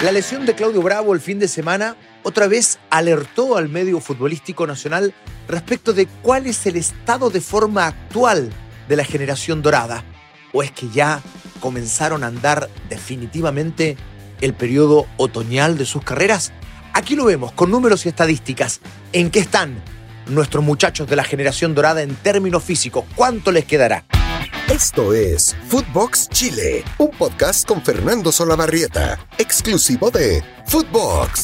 La lesión de Claudio Bravo el fin de semana otra vez alertó al medio futbolístico nacional respecto de cuál es el estado de forma actual de la generación dorada. ¿O es que ya comenzaron a andar definitivamente el periodo otoñal de sus carreras? Aquí lo vemos con números y estadísticas. ¿En qué están nuestros muchachos de la generación dorada en términos físicos? ¿Cuánto les quedará? Esto es Footbox Chile, un podcast con Fernando Solabarrieta, exclusivo de Footbox.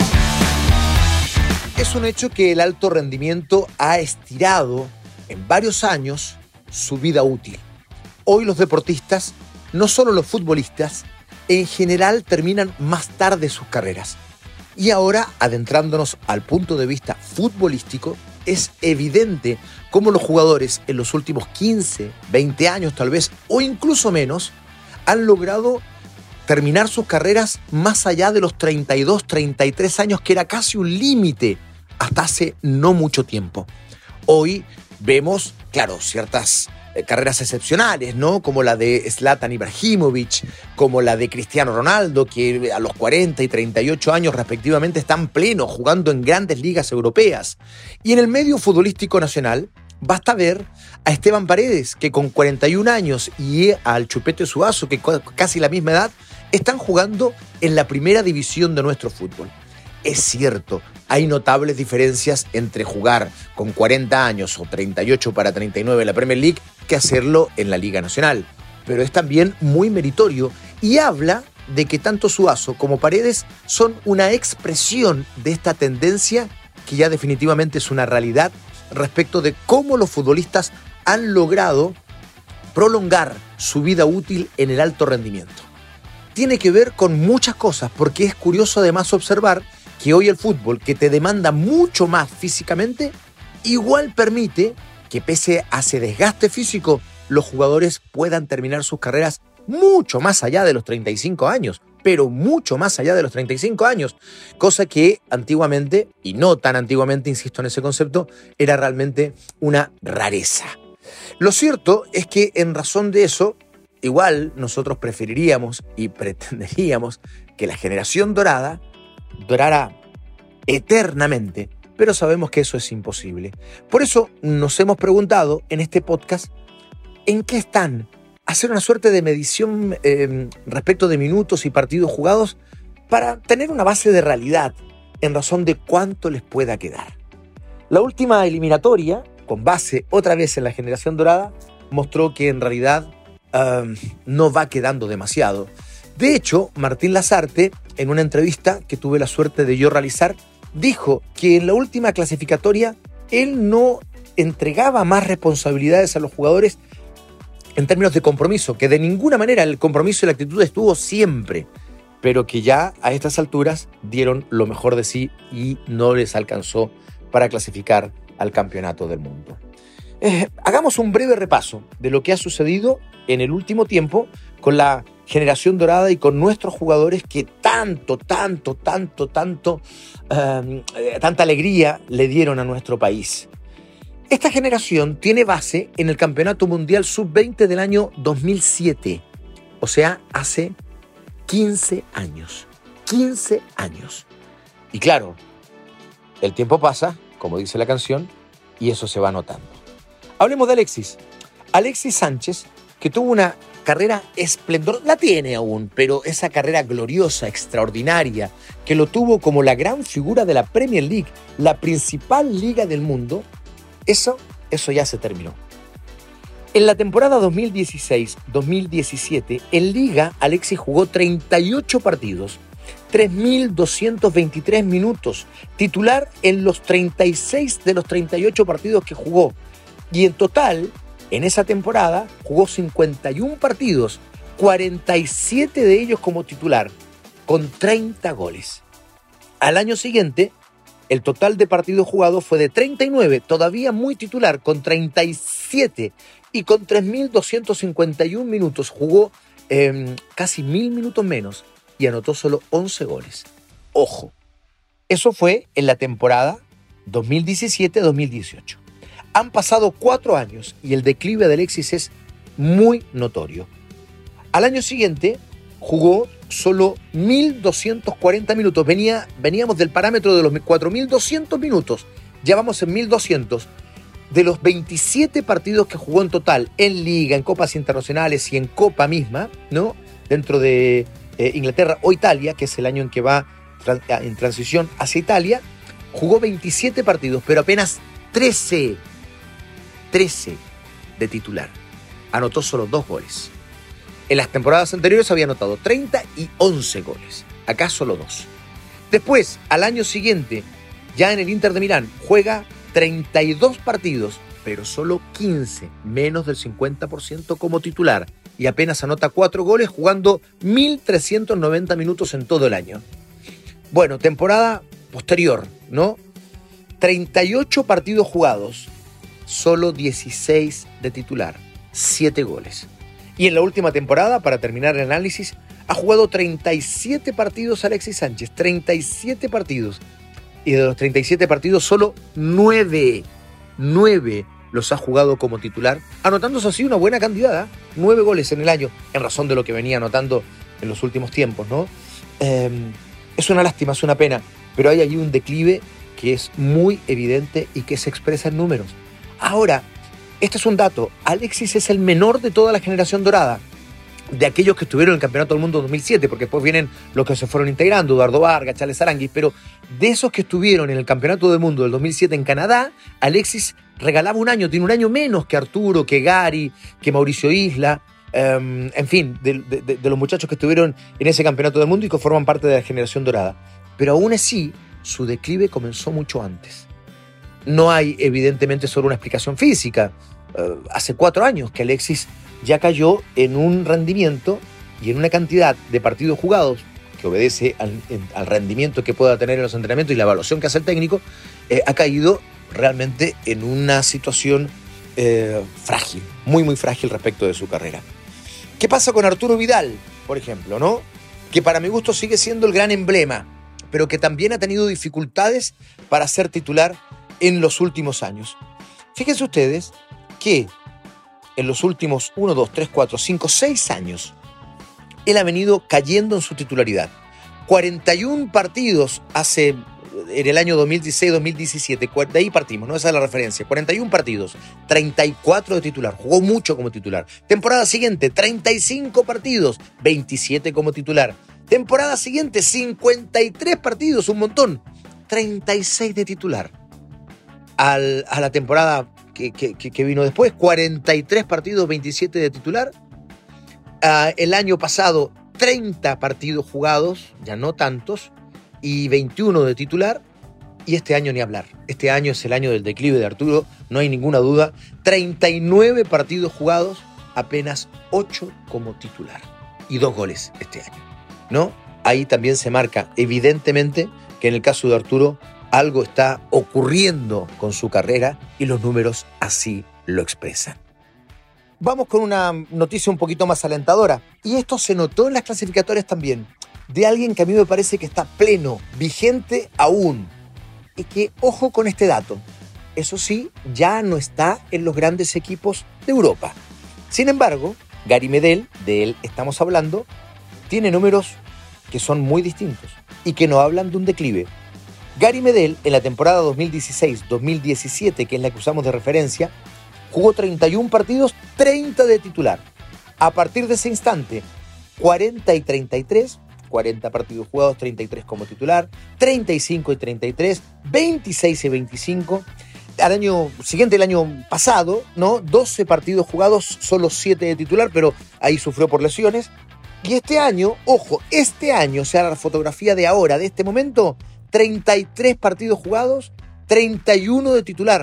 Es un hecho que el alto rendimiento ha estirado en varios años su vida útil. Hoy los deportistas, no solo los futbolistas, en general terminan más tarde sus carreras. Y ahora, adentrándonos al punto de vista futbolístico, es evidente cómo los jugadores en los últimos 15, 20 años tal vez, o incluso menos, han logrado terminar sus carreras más allá de los 32, 33 años, que era casi un límite hasta hace no mucho tiempo. Hoy vemos, claro, ciertas carreras excepcionales, ¿no? Como la de Zlatan Ibrahimovic, como la de Cristiano Ronaldo, que a los 40 y 38 años respectivamente están plenos, jugando en grandes ligas europeas. Y en el medio futbolístico nacional, basta ver a Esteban Paredes, que con 41 años, y al Chupete Suazo, que casi la misma edad, están jugando en la primera división de nuestro fútbol. Es cierto, hay notables diferencias entre jugar con 40 años o 38 para 39 en la Premier League que hacerlo en la Liga Nacional. Pero es también muy meritorio y habla de que tanto Suazo como Paredes son una expresión de esta tendencia que ya definitivamente es una realidad respecto de cómo los futbolistas han logrado prolongar su vida útil en el alto rendimiento. Tiene que ver con muchas cosas, porque es curioso además observar que hoy el fútbol, que te demanda mucho más físicamente, igual permite que pese a ese desgaste físico, los jugadores puedan terminar sus carreras mucho más allá de los 35 años, pero mucho más allá de los 35 años, cosa que antiguamente, y no tan antiguamente, insisto en ese concepto, era realmente una rareza. Lo cierto es que en razón de eso, igual nosotros preferiríamos y pretenderíamos que la generación dorada durará eternamente, pero sabemos que eso es imposible. Por eso nos hemos preguntado en este podcast en qué están, hacer una suerte de medición respecto de minutos y partidos jugados para tener una base de realidad en razón de cuánto les pueda quedar. La última eliminatoria, con base otra vez en la generación dorada, mostró que en realidad no va quedando demasiado. De hecho, Martín Lazarte, en una entrevista que tuve la suerte de yo realizar, dijo que en la última clasificatoria él no entregaba más responsabilidades a los jugadores en términos de compromiso, que de ninguna manera el compromiso y la actitud estuvo siempre, pero que ya a estas alturas dieron lo mejor de sí y no les alcanzó para clasificar al campeonato del mundo. Hagamos un breve repaso de lo que ha sucedido en el último tiempo con la generación dorada y con nuestros jugadores que tanta alegría le dieron a nuestro país. Esta generación tiene base en el Campeonato Mundial Sub-20 del año 2007, o sea, hace 15 años. 15 años. Y claro, el tiempo pasa, como dice la canción, y eso se va notando. Hablemos de Alexis. Alexis Sánchez, que tuvo una carrera esplendorosa, la tiene aún, pero esa carrera gloriosa, extraordinaria, que lo tuvo como la gran figura de la Premier League, la principal liga del mundo, eso ya se terminó. En la temporada 2016-2017, en Liga, Alexis jugó 38 partidos, 3.223 minutos, titular en los 36 de los 38 partidos que jugó. Y en total, en esa temporada, jugó 51 partidos, 47 de ellos como titular, con 30 goles. Al año siguiente, el total de partidos jugados fue de 39, todavía muy titular, con 37 y con 3.251 minutos. Jugó casi 1.000 minutos menos y anotó solo 11 goles. Ojo, eso fue en la temporada 2017-2018. Han pasado 4 años y el declive de Alexis es muy notorio. Al año siguiente jugó solo 1.240 minutos. Veníamos del parámetro de los 4.200 minutos. Ya vamos en 1.200. De los 27 partidos que jugó en total, en Liga, en Copas Internacionales y en Copa misma, ¿no? Dentro de Inglaterra o Italia, que es el año en que va en transición hacia Italia, jugó 27 partidos, pero apenas 13 de titular. Anotó solo 2 goles. En las temporadas anteriores había anotado 30 y 11 goles. Acá solo 2. Después, al año siguiente, ya en el Inter de Milán, juega 32 partidos, pero solo 15, menos del 50% como titular. Y apenas anota 4 goles jugando 1.390 minutos en todo el año. Bueno, temporada posterior, ¿no? 38 partidos jugados, solo 16 de titular, 7 goles. Y en la última temporada, para terminar el análisis, ha jugado 37 partidos Alexis Sánchez, 37 partidos. Y de los 37 partidos, solo 9 los ha jugado como titular, anotándose así una buena cantidad, 9 goles en el año, en razón de lo que venía anotando en los últimos tiempos, ¿no? Es una lástima, es una pena, pero hay allí un declive que es muy evidente y que se expresa en números. Ahora, este es un dato, Alexis es el menor de toda la generación dorada, de aquellos que estuvieron en el Campeonato del Mundo 2007, porque después vienen los que se fueron integrando, Eduardo Vargas, Charles Aranguis, pero de esos que estuvieron en el Campeonato del Mundo del 2007 en Canadá, Alexis regalaba un año, tiene un año menos que Arturo, que Gary, que Mauricio Isla, en fin, de los muchachos que estuvieron en ese Campeonato del Mundo y que forman parte de la generación dorada. Pero aún así, su declive comenzó mucho antes. No hay, evidentemente, solo una explicación física. Hace 4 años que Alexis ya cayó en un rendimiento y en una cantidad de partidos jugados que obedece al rendimiento que pueda tener en los entrenamientos y la evaluación que hace el técnico, ha caído realmente en una situación frágil, muy muy frágil respecto de su carrera. ¿Qué pasa con Arturo Vidal, por ejemplo, ¿no? Que para mi gusto sigue siendo el gran emblema, pero que también ha tenido dificultades para ser titular en los últimos años. Fíjense ustedes que en los últimos 1, 2, 3, 4, 5, 6 años, él ha venido cayendo en su titularidad. 41 partidos en el año 2016-2017, de ahí partimos, ¿no? Esa es la referencia. 41 partidos, 34 de titular, jugó mucho como titular. Temporada siguiente, 35 partidos, 27 como titular. Temporada siguiente, 53 partidos, un montón, 36 de titular. A la temporada que vino después, 43 partidos, 27 de titular. El año pasado, 30 partidos jugados, ya no tantos, y 21 de titular. Y este año ni hablar. Este año es el año del declive de Arturo, no hay ninguna duda. 39 partidos jugados, apenas 8 como titular. Y 2 goles este año, ¿no? Ahí también se marca, evidentemente, que en el caso de Arturo algo está ocurriendo con su carrera y los números así lo expresan. Vamos con una noticia un poquito más alentadora. Y esto se notó en las clasificatorias también, de alguien que a mí me parece que está pleno, vigente aún. Y que, ojo con este dato, eso sí, ya no está en los grandes equipos de Europa. Sin embargo, Gary Medel, de él estamos hablando, tiene números que son muy distintos y que no hablan de un declive. Gary Medel, en la temporada 2016-2017, que es la que usamos de referencia, jugó 31 partidos, 30 de titular. A partir de ese instante, 40 y 33, 40 partidos jugados, 33 como titular, 35 y 33, 26 y 25. Al año siguiente, el año pasado, ¿no? 12 partidos jugados, solo 7 de titular, pero ahí sufrió por lesiones. Y este año, ojo, o sea, la fotografía de ahora, de este momento, 33 partidos jugados, 31 de titular,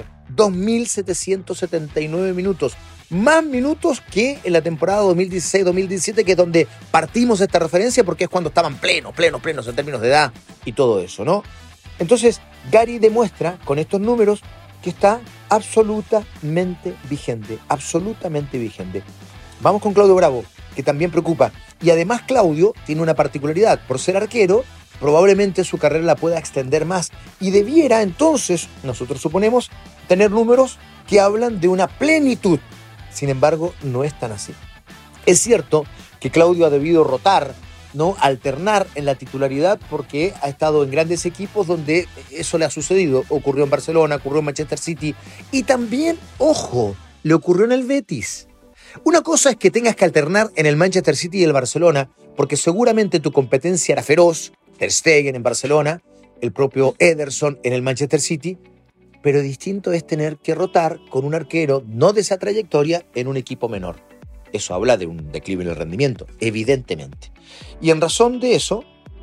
2.779 minutos. Más minutos que en la temporada 2016-2017, que es donde partimos esta referencia, porque es cuando estaban plenos en términos de edad y todo eso, ¿no? Entonces, Gary demuestra con estos números que está absolutamente vigente, absolutamente vigente. Vamos con Claudio Bravo, que también preocupa. Y además Claudio tiene una particularidad. Por ser arquero, probablemente su carrera la pueda extender más. Y debiera entonces, nosotros suponemos, tener números que hablan de una plenitud. Sin embargo, no es tan así. Es cierto que Claudio ha debido rotar ¿no?, alternar en la titularidad porque ha estado en grandes equipos donde eso le ha sucedido. Ocurrió en Barcelona, ocurrió en Manchester City y también, ojo, le ocurrió en el Betis. Una cosa es que tengas que alternar en el Manchester City y el Barcelona porque seguramente tu competencia era feroz, Ter Stegen en Barcelona, el propio Ederson en el Manchester City, pero distinto es tener que rotar con un arquero no de esa trayectoria en un equipo menor. Eso habla de un declive en el rendimiento, evidentemente. Y en razón de eso,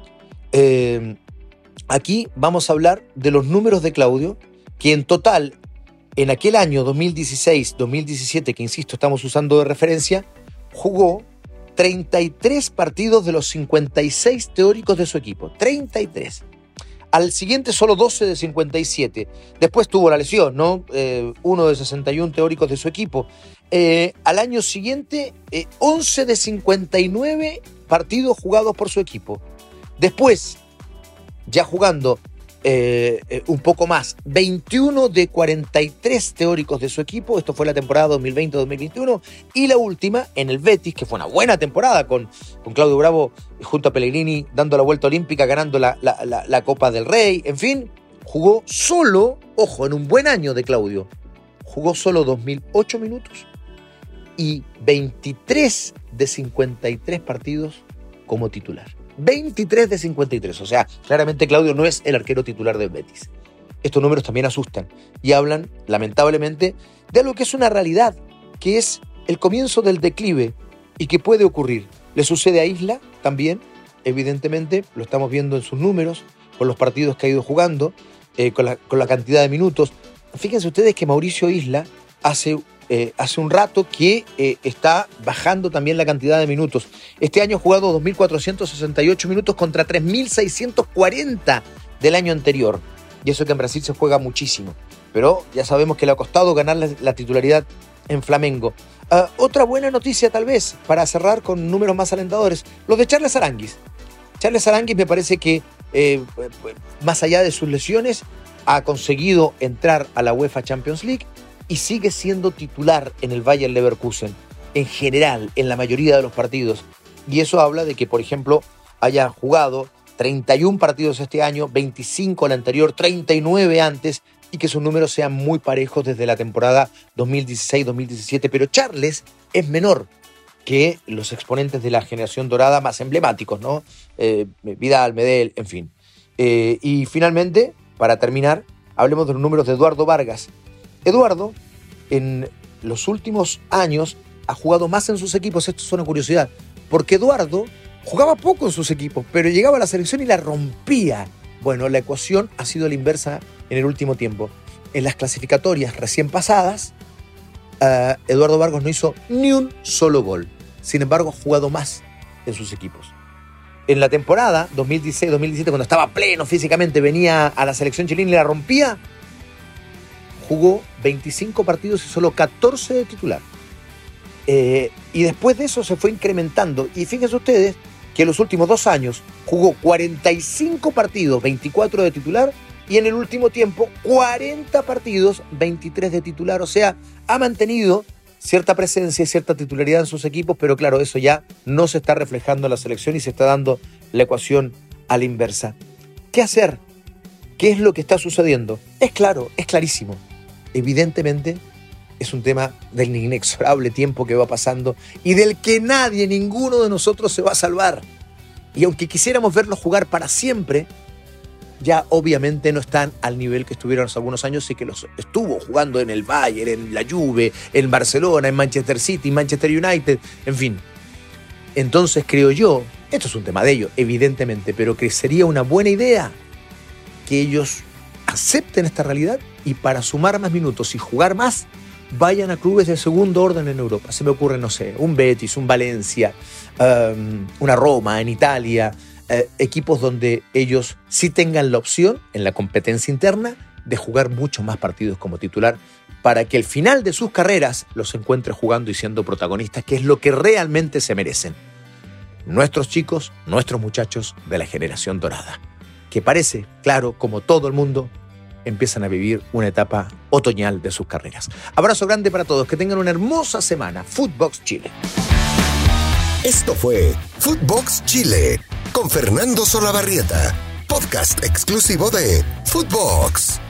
aquí vamos a hablar de los números de Claudio, que en total, en aquel año 2016-2017, que insisto, estamos usando de referencia, jugó 33 partidos de los 56 teóricos de su equipo. 33. Al siguiente solo 12 de 57. Después tuvo la lesión, ¿no? Uno de 61 teóricos de su equipo. Al año siguiente, 11 de 59 partidos jugados por su equipo. Después, ya jugando un poco más, 21 de 43 teóricos de su equipo. Esto fue la temporada 2020-2021. Y la última, en el Betis, que fue una buena temporada con Claudio Bravo junto a Pellegrini dando la vuelta olímpica, ganando la Copa del Rey. En fin, jugó solo, ojo, en un buen año de Claudio, jugó solo 2008 minutos y 23 de 53 partidos como titular. 23 de 53, o sea, claramente Claudio no es el arquero titular del Betis. Estos números también asustan y hablan, lamentablemente, de algo que es una realidad, que es el comienzo del declive y que puede ocurrir. Le sucede a Isla también, evidentemente, lo estamos viendo en sus números, con los partidos que ha ido jugando, con la cantidad de minutos. Fíjense ustedes que Mauricio Isla hace un rato que está bajando también la cantidad de minutos. Este año ha jugado 2.468 minutos contra 3.640 del año anterior. Y eso que en Brasil se juega muchísimo. Pero ya sabemos que le ha costado ganar la titularidad en Flamengo. Otra buena noticia tal vez, para cerrar con números más alentadores, los de Charles Aranguis. Charles Aranguis me parece que, más allá de sus lesiones, ha conseguido entrar a la UEFA Champions League y sigue siendo titular en el Bayer Leverkusen, en general, en la mayoría de los partidos. Y eso habla de que, por ejemplo, haya jugado 31 partidos este año, 25 el anterior, 39 antes, y que sus números sean muy parejos desde la temporada 2016-2017. Pero Charles es menor que los exponentes de la generación dorada más emblemáticos, ¿no? Vidal, Medel, en fin. Y finalmente, para terminar, hablemos de los números de Eduardo Vargas. Eduardo, en los últimos años, ha jugado más en sus equipos. Esto es una curiosidad, porque Eduardo jugaba poco en sus equipos, pero llegaba a la selección y la rompía. Bueno, la ecuación ha sido la inversa en el último tiempo. En las clasificatorias recién pasadas, Eduardo Vargas no hizo ni un solo gol. Sin embargo, ha jugado más en sus equipos. En la temporada 2016-2017, cuando estaba pleno físicamente, venía a la selección chilena y la rompía, jugó 25 partidos y solo 14 de titular. Y después de eso se fue incrementando. Y fíjense ustedes que en los últimos 2 años jugó 45 partidos, 24 de titular, y en el último tiempo 40 partidos, 23 de titular. O sea, ha mantenido cierta presencia y cierta titularidad en sus equipos, pero claro, eso ya no se está reflejando en la selección y se está dando la ecuación a la inversa. ¿Qué hacer? ¿Qué es lo que está sucediendo? Es claro, es clarísimo. Evidentemente, es un tema del inexorable tiempo que va pasando y del que nadie, ninguno de nosotros se va a salvar. Y aunque quisiéramos verlos jugar para siempre, ya obviamente no están al nivel que estuvieron hace algunos años y que los estuvo jugando en el Bayern, en la Juve, en Barcelona, en Manchester City, Manchester United, en fin. Entonces creo yo, esto es un tema de ellos, evidentemente, pero que sería una buena idea que ellos acepten esta realidad y para sumar más minutos y jugar más, vayan a clubes de segundo orden en Europa. Se me ocurre, no sé, un Betis, un Valencia, una Roma en Italia, equipos donde ellos sí tengan la opción en la competencia interna de jugar muchos más partidos como titular para que el final de sus carreras los encuentre jugando y siendo protagonistas, que es lo que realmente se merecen. Nuestros chicos, nuestros muchachos de la generación dorada, que parece, claro, como todo el mundo, empiezan a vivir una etapa otoñal de sus carreras. Abrazo grande para todos, que tengan una hermosa semana. Footbox Chile. Esto fue Footbox Chile con Fernando Solabarrieta, podcast exclusivo de Footbox.